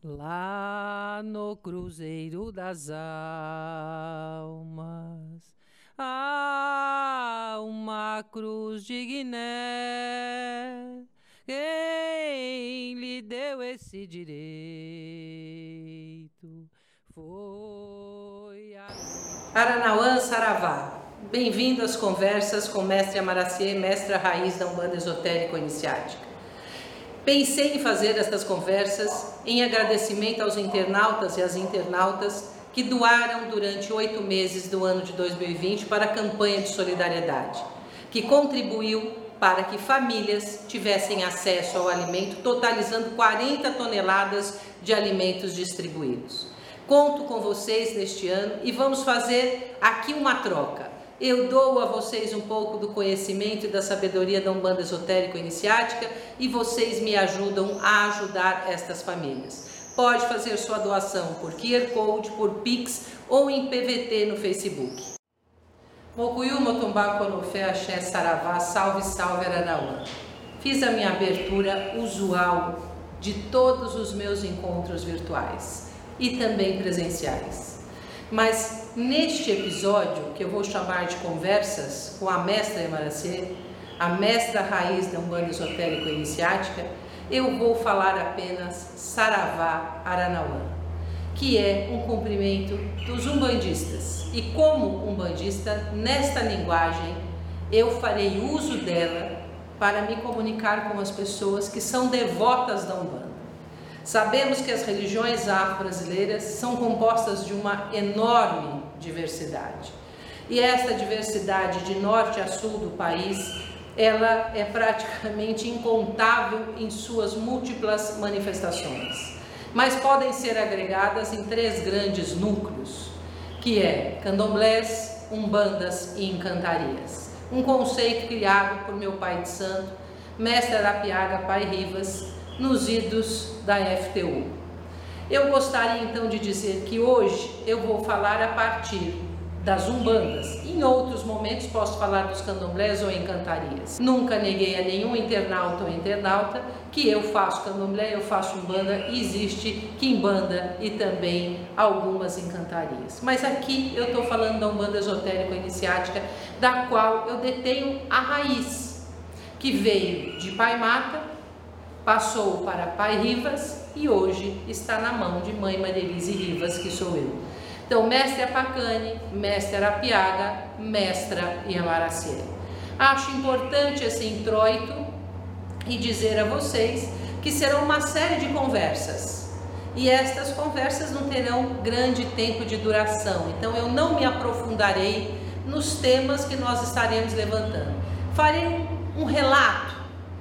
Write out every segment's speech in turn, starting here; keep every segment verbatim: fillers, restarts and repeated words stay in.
Lá no Cruzeiro das Almas há uma cruz de Guiné. Quem lhe deu esse direito foi a... Aranauã Saravá. Bem-vindo às conversas com Mestre Amaraciê, mestra raiz da Umbanda Esotérico-Iniciática. Pensei em fazer estas conversas em agradecimento aos internautas e às internautas que doaram durante oito meses do ano de dois mil e vinte para a campanha de solidariedade, que contribuiu para que famílias tivessem acesso ao alimento, totalizando quarenta toneladas de alimentos distribuídos. Conto com vocês neste ano e vamos fazer aqui uma troca. Eu dou a vocês um pouco do conhecimento e da sabedoria da Umbanda Esotérico-Iniciática e vocês me ajudam a ajudar estas famílias. Pode fazer sua doação por Q R Code, por Pix ou em P V T no Facebook. Mokuyu Motumbá Konofé Axé Saravá, salve, salve Aranauã. Fiz a minha abertura usual de todos os meus encontros virtuais e também presenciais. Mas neste episódio, que eu vou chamar de conversas com a mestra Amaraciê, a mestra raiz da Umbanda Esotérico-Iniciática, eu vou falar apenas Saravá Aranauã, que é um cumprimento dos umbandistas. E como umbandista, nesta linguagem, eu farei uso dela para me comunicar com as pessoas que são devotas da Umbanda. Sabemos que as religiões afro-brasileiras são compostas de uma enorme diversidade. E esta diversidade de norte a sul do país, ela é praticamente incontável em suas múltiplas manifestações. Mas podem ser agregadas em três grandes núcleos, que é candomblés, umbandas e encantarias. Um conceito criado por meu pai de santo, mestre Arapiaga Pai Rivas, nos idos da F T U. Eu gostaria então de dizer que hoje eu vou falar a partir das umbandas. Em outros momentos posso falar dos candomblés ou encantarias. Nunca neguei a nenhum internauta ou internauta que eu faço candomblé, eu faço umbanda, existe quimbanda e também algumas encantarias. Mas aqui eu estou falando da Umbanda Esotérico-Iniciática, da qual eu detenho a raiz, que veio de Pai Mata, passou para Pai Rivas e hoje está na mão de Mãe Maria-Elise Rivas, que sou eu. Então, mestre Apacane, mestre Arapiaga, mestra Amaraciê. Acho importante esse introito e dizer a vocês que serão uma série de conversas. E estas conversas não terão grande tempo de duração, então eu não me aprofundarei nos temas que nós estaremos levantando. Farei um, um relato,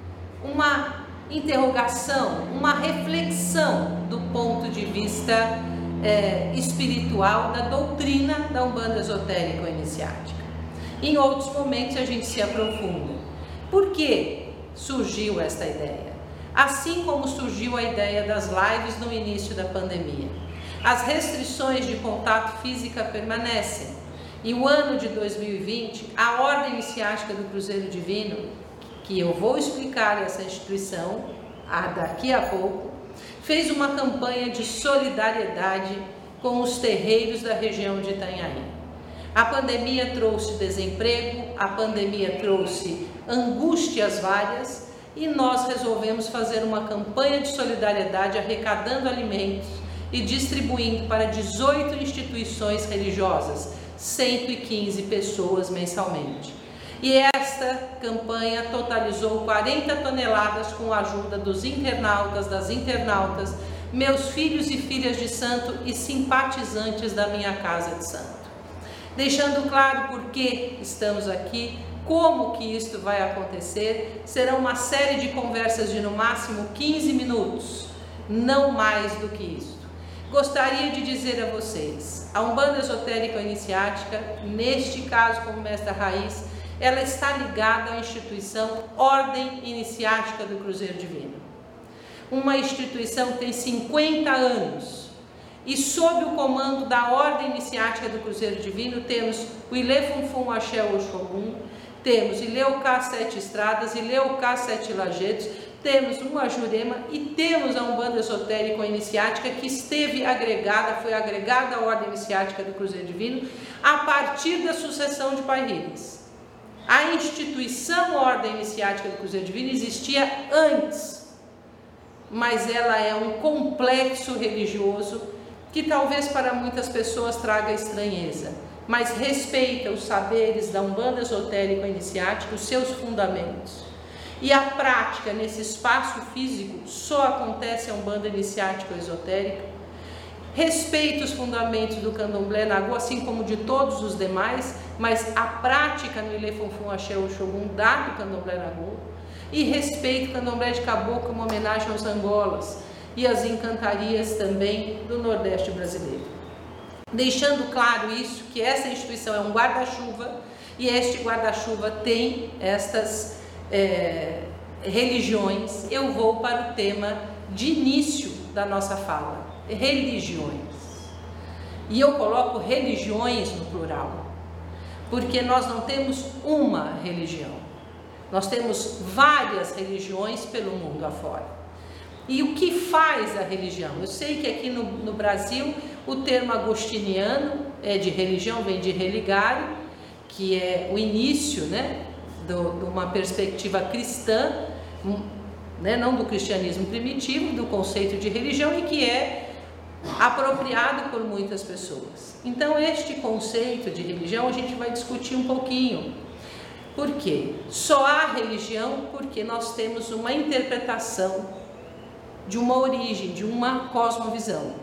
uma interrogação, uma reflexão do ponto de vista é, espiritual da doutrina da Umbanda Esotérico-Iniciática. Em outros momentos a gente se aprofunda. Por que surgiu esta ideia? Assim como surgiu a ideia das lives no início da pandemia. As restrições de contato física permanecem. E o ano de dois mil e vinte, a Ordem Iniciática do Cruzeiro Divino, que eu vou explicar essa instituição daqui a pouco, fez uma campanha de solidariedade com os terreiros da região de Itanhaém. A pandemia trouxe desemprego, a pandemia trouxe angústias várias e nós resolvemos fazer uma campanha de solidariedade arrecadando alimentos e distribuindo para dezoito instituições religiosas, cento e quinze pessoas mensalmente. E esta campanha totalizou quarenta toneladas com a ajuda dos internautas, das internautas, meus filhos e filhas de santo e simpatizantes da minha casa de santo. Deixando claro por que estamos aqui, como que isto vai acontecer, serão uma série de conversas de no máximo quinze minutos, não mais do que isso. Gostaria de dizer a vocês, a Umbanda Esotérico-Iniciática, neste caso como mestra raiz, ela está ligada à instituição Ordem Iniciática do Cruzeiro Divino. Uma instituição que tem cinquenta anos e sob o comando da Ordem Iniciática do Cruzeiro Divino temos o Ilê Funfun Axé Oxogum, temos Ilê Ocá Sete Estradas, Ilê Ocá Sete Lajedos, temos uma Jurema e temos a Umbanda Esotérica Iniciática, que esteve agregada, foi agregada à Ordem Iniciática do Cruzeiro Divino a partir da sucessão de Pai Rives. A instituição Ordem Iniciática do Cruzeiro Divino existia antes, mas ela é um complexo religioso que talvez para muitas pessoas traga estranheza, mas respeita os saberes da Umbanda Esotérica Iniciática, os seus fundamentos. E a prática nesse espaço físico só acontece a Umbanda Iniciática Esotérica. Respeita os fundamentos do Candomblé Nagô, assim como de todos os demais, mas a prática no Ilê Funfun Axé Oxogum dá do Candomblé Nagô. E respeita o Candomblé de Caboclo como homenagem aos Angolas e as encantarias também do Nordeste brasileiro. Deixando claro isso, que essa instituição é um guarda-chuva e este guarda-chuva tem estas é, religiões. Eu vou para o tema de início da nossa fala, religiões. E eu coloco religiões no plural, porque nós não temos uma religião, nós temos várias religiões pelo mundo afora. E o que faz a religião? Eu sei que aqui no, no Brasil o termo agostiniano é de religião, vem de religare, que é o início, né, do, de uma perspectiva cristã, né, não do cristianismo primitivo, do conceito de religião, e que é apropriado por muitas pessoas. Então este conceito de religião a gente vai discutir um pouquinho. Por quê? Só há religião porque nós temos uma interpretação de uma origem, de uma cosmovisão.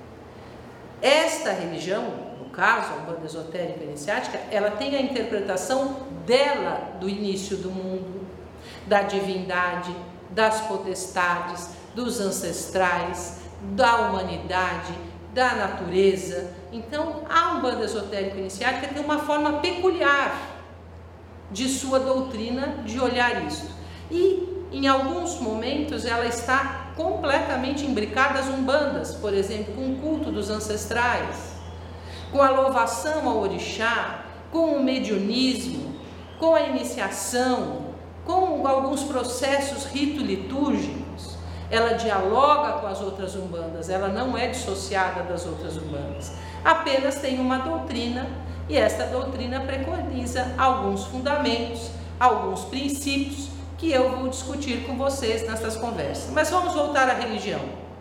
Esta religião, no caso, a Umbanda Esotérica Iniciática, ela tem a interpretação dela do início do mundo, da divindade, das potestades, dos ancestrais, da humanidade, da natureza. Então, a Umbanda Esotérica Iniciática tem uma forma peculiar de sua doutrina de olhar isso. E, em alguns momentos, ela está completamente imbricada às umbandas, por exemplo, com o culto dos ancestrais, com a louvação ao orixá, com o mediunismo, com a iniciação, com alguns processos rito-litúrgicos. Ela dialoga com as outras umbandas, ela não é dissociada das outras umbandas, apenas tem uma doutrina, e esta doutrina preconiza alguns fundamentos, alguns princípios, que eu vou discutir com vocês nessas conversas. Mas vamos voltar à religião.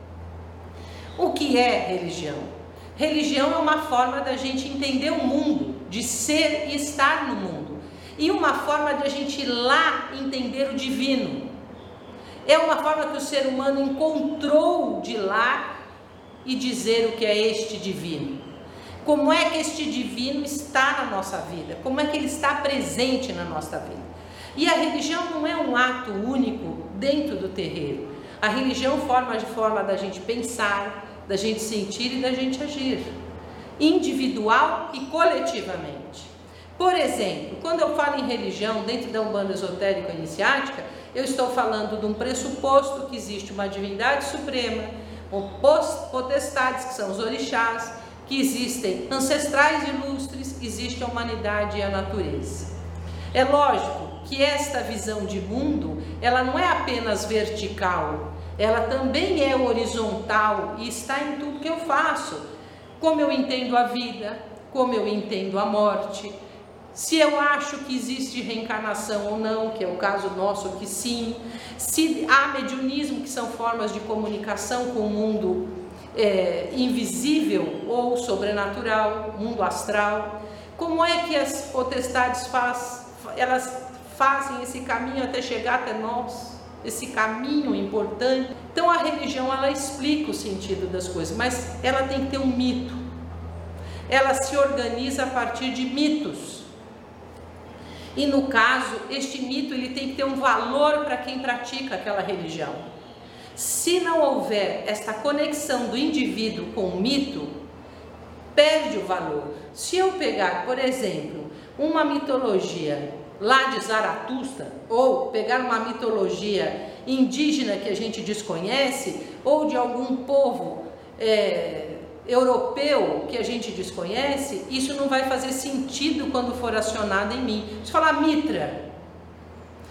O que é religião? Religião é uma forma da gente entender o mundo, de ser e estar no mundo, e uma forma de a gente ir lá entender o divino. É uma forma que o ser humano encontrou de lá e dizer o que é este divino. Como é que este divino está na nossa vida? Como é que ele está presente na nossa vida? E a religião não é um ato único dentro do terreiro. A religião forma de forma da gente pensar, da gente sentir e da gente agir, individual e coletivamente. Por exemplo, quando eu falo em religião dentro da Umbanda Esotérica Iniciática, eu estou falando de um pressuposto que existe uma divindade suprema, potestades, que são os orixás, que existem ancestrais ilustres, existe a humanidade e a natureza. É lógico que esta visão de mundo, ela não é apenas vertical, ela também é horizontal e está em tudo que eu faço. Como eu entendo a vida, como eu entendo a morte, se eu acho que existe reencarnação ou não, que é o caso nosso que sim, se há mediunismo, que são formas de comunicação com o mundo é, invisível ou sobrenatural, mundo astral, como é que as potestades faz, elas fazem esse caminho até chegar até nós, esse caminho importante. Então a religião, ela explica o sentido das coisas, mas ela tem que ter um mito, ela se organiza a partir de mitos, e no caso, este mito ele tem que ter um valor para quem pratica aquela religião. Se não houver esta conexão do indivíduo com o mito, perde o valor. Se eu pegar, por exemplo, uma mitologia lá de Zaratustra, ou pegar uma mitologia indígena que a gente desconhece, ou de algum povo é, europeu que a gente desconhece, isso não vai fazer sentido quando for acionado em mim. Se falar Mitra, para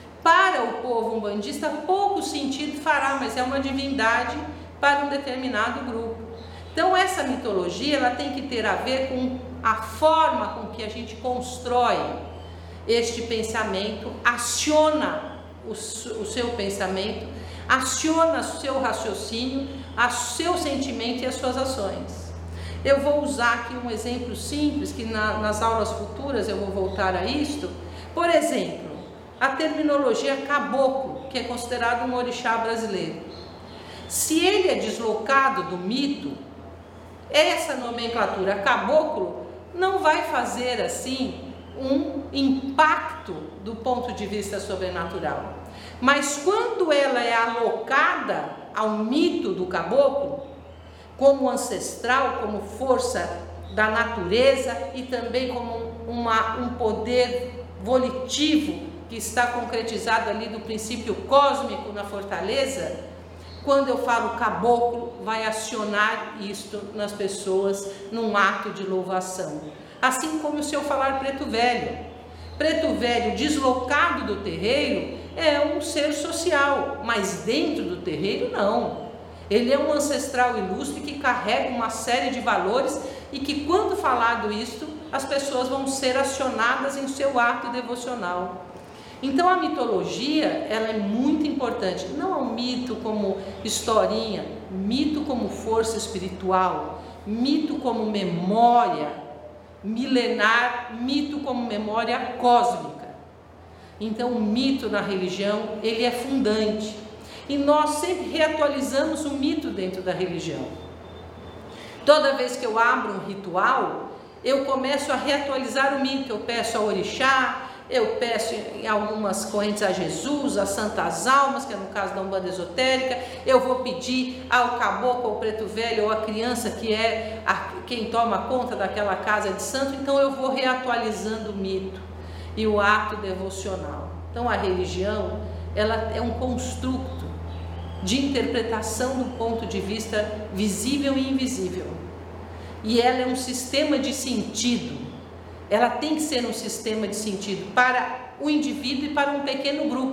para o povo umbandista pouco sentido fará, mas é uma divindade para um determinado grupo. Então essa mitologia ela tem que ter a ver com a forma com que a gente constrói este pensamento, aciona o, o seu pensamento, aciona o seu raciocínio, o seu sentimento e as suas ações. Eu vou usar aqui um exemplo simples, que na, nas aulas futuras eu vou voltar a isto. Por exemplo, a terminologia caboclo, que é considerado um orixá brasileiro. Se ele é deslocado do mito, essa nomenclatura caboclo não vai fazer assim um impacto do ponto de vista sobrenatural. Mas quando ela é alocada ao mito do caboclo, como ancestral, como força da natureza e também como uma, um poder volitivo que está concretizado ali do princípio cósmico na fortaleza, quando eu falo caboclo, vai acionar isto nas pessoas num ato de louvação. Assim como se eu falar preto velho. Preto velho deslocado do terreiro é um ser social, mas dentro do terreiro não. Ele é um ancestral ilustre que carrega uma série de valores e que, quando falado isto, as pessoas vão ser acionadas em seu ato devocional. Então a mitologia ela é muito importante, não é um mito como historinha, mito como força espiritual, mito como memória milenar, mito como memória cósmica. Então o mito na religião ele é fundante e nós sempre reatualizamos o mito dentro da religião. Toda vez que eu abro um ritual, eu começo a reatualizar o mito, eu peço ao orixá, eu peço em algumas correntes a Jesus, a santas almas, que é no caso da Umbanda esotérica, eu vou pedir ao caboclo, ao preto velho, ou a criança que é a, quem toma conta daquela casa de santo, então eu vou reatualizando o mito e o ato devocional. Então a religião, ela é um construto de interpretação do ponto de vista visível e invisível, e ela é um sistema de sentido. Ela tem que ser um sistema de sentido para o indivíduo e para um pequeno grupo.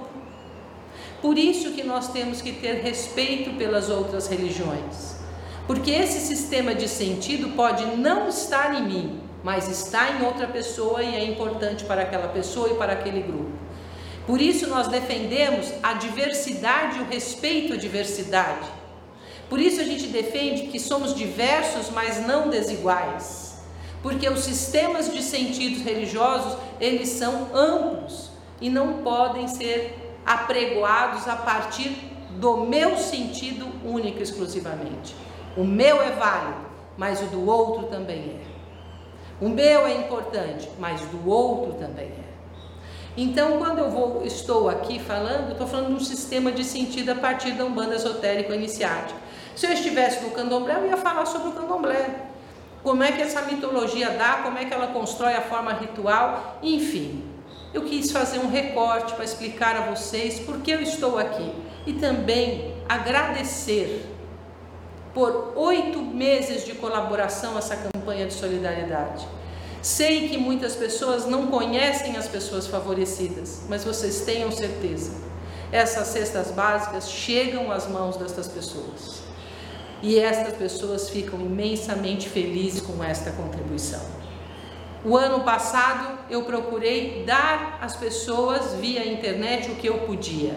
Por isso que nós temos que ter respeito pelas outras religiões. Porque esse sistema de sentido pode não estar em mim, mas está em outra pessoa e é importante para aquela pessoa e para aquele grupo. Por isso nós defendemos a diversidade e o respeito à diversidade. Por isso a gente defende que somos diversos, mas não desiguais. Porque os sistemas de sentidos religiosos, eles são amplos e não podem ser apregoados a partir do meu sentido único exclusivamente. O meu é válido, mas o do outro também é. O meu é importante, mas o do outro também é. Então, quando eu vou, estou aqui falando, eu estou falando de um sistema de sentido a partir da Umbanda esotérica iniciática. Se eu estivesse no Candomblé, eu ia falar sobre o Candomblé. Como é que essa mitologia dá, como é que ela constrói a forma ritual, enfim. Eu quis fazer um recorte para explicar a vocês por que eu estou aqui. E também agradecer por oito meses de colaboração a essa campanha de solidariedade. Sei que muitas pessoas não conhecem as pessoas favorecidas, mas vocês tenham certeza, essas cestas básicas chegam às mãos dessas pessoas. E estas pessoas ficam imensamente felizes com esta contribuição. O ano passado eu procurei dar às pessoas via internet o que eu podia.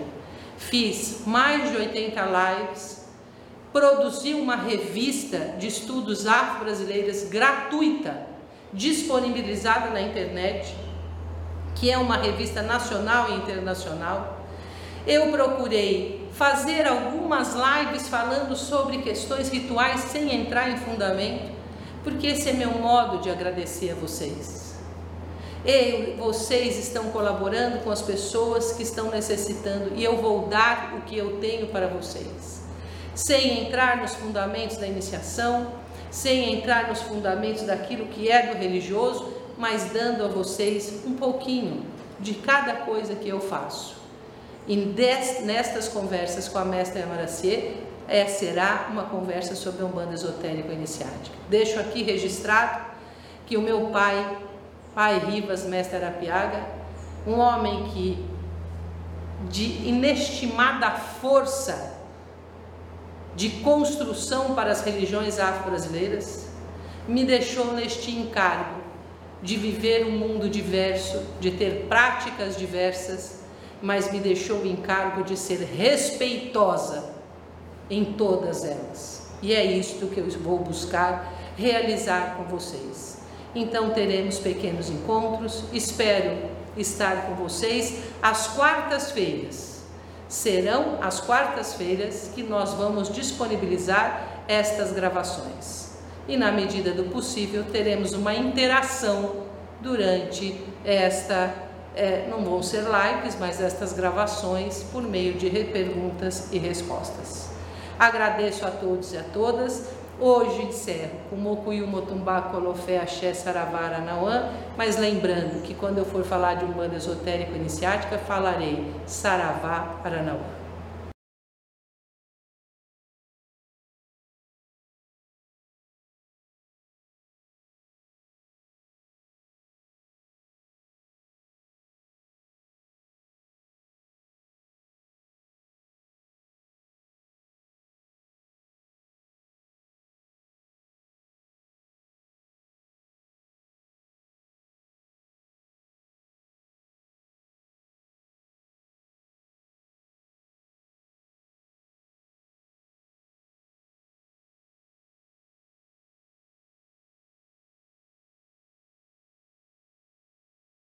Fiz mais de oitenta lives, produzi uma revista de estudos afro-brasileiros gratuita, disponibilizada na internet, que é uma revista nacional e internacional. Eu procurei fazer algumas lives falando sobre questões rituais sem entrar em fundamento, porque esse é meu modo de agradecer a vocês. E vocês estão colaborando com as pessoas que estão necessitando e eu vou dar o que eu tenho para vocês, sem entrar nos fundamentos da iniciação, sem entrar nos fundamentos daquilo que é do religioso, mas dando a vocês um pouquinho de cada coisa que eu faço. E nestas conversas com a mestra Amaraciê, é, será uma conversa sobre a Umbanda esotérica iniciática. Deixo aqui registrado que o meu pai, pai Rivas, mestre Arapiaga, um homem que de inestimada força de construção para as religiões afro-brasileiras, me deixou neste encargo de viver um mundo diverso, de ter práticas diversas, mas me deixou o encargo de ser respeitosa em todas elas. E é isto que eu vou buscar realizar com vocês. Então teremos pequenos encontros, espero estar com vocês às quartas-feiras. Serão as quartas-feiras que nós vamos disponibilizar estas gravações. E na medida do possível teremos uma interação durante esta, é, não vão ser lives, mas estas gravações por meio de perguntas e respostas. Agradeço a todos e a todas. Hoje encerro com Mokuyu Motumbá Colofé Axé Saravá Aranauã, mas lembrando que quando eu for falar de Umbanda Esotérico Iniciática, falarei Saravá Aranauã.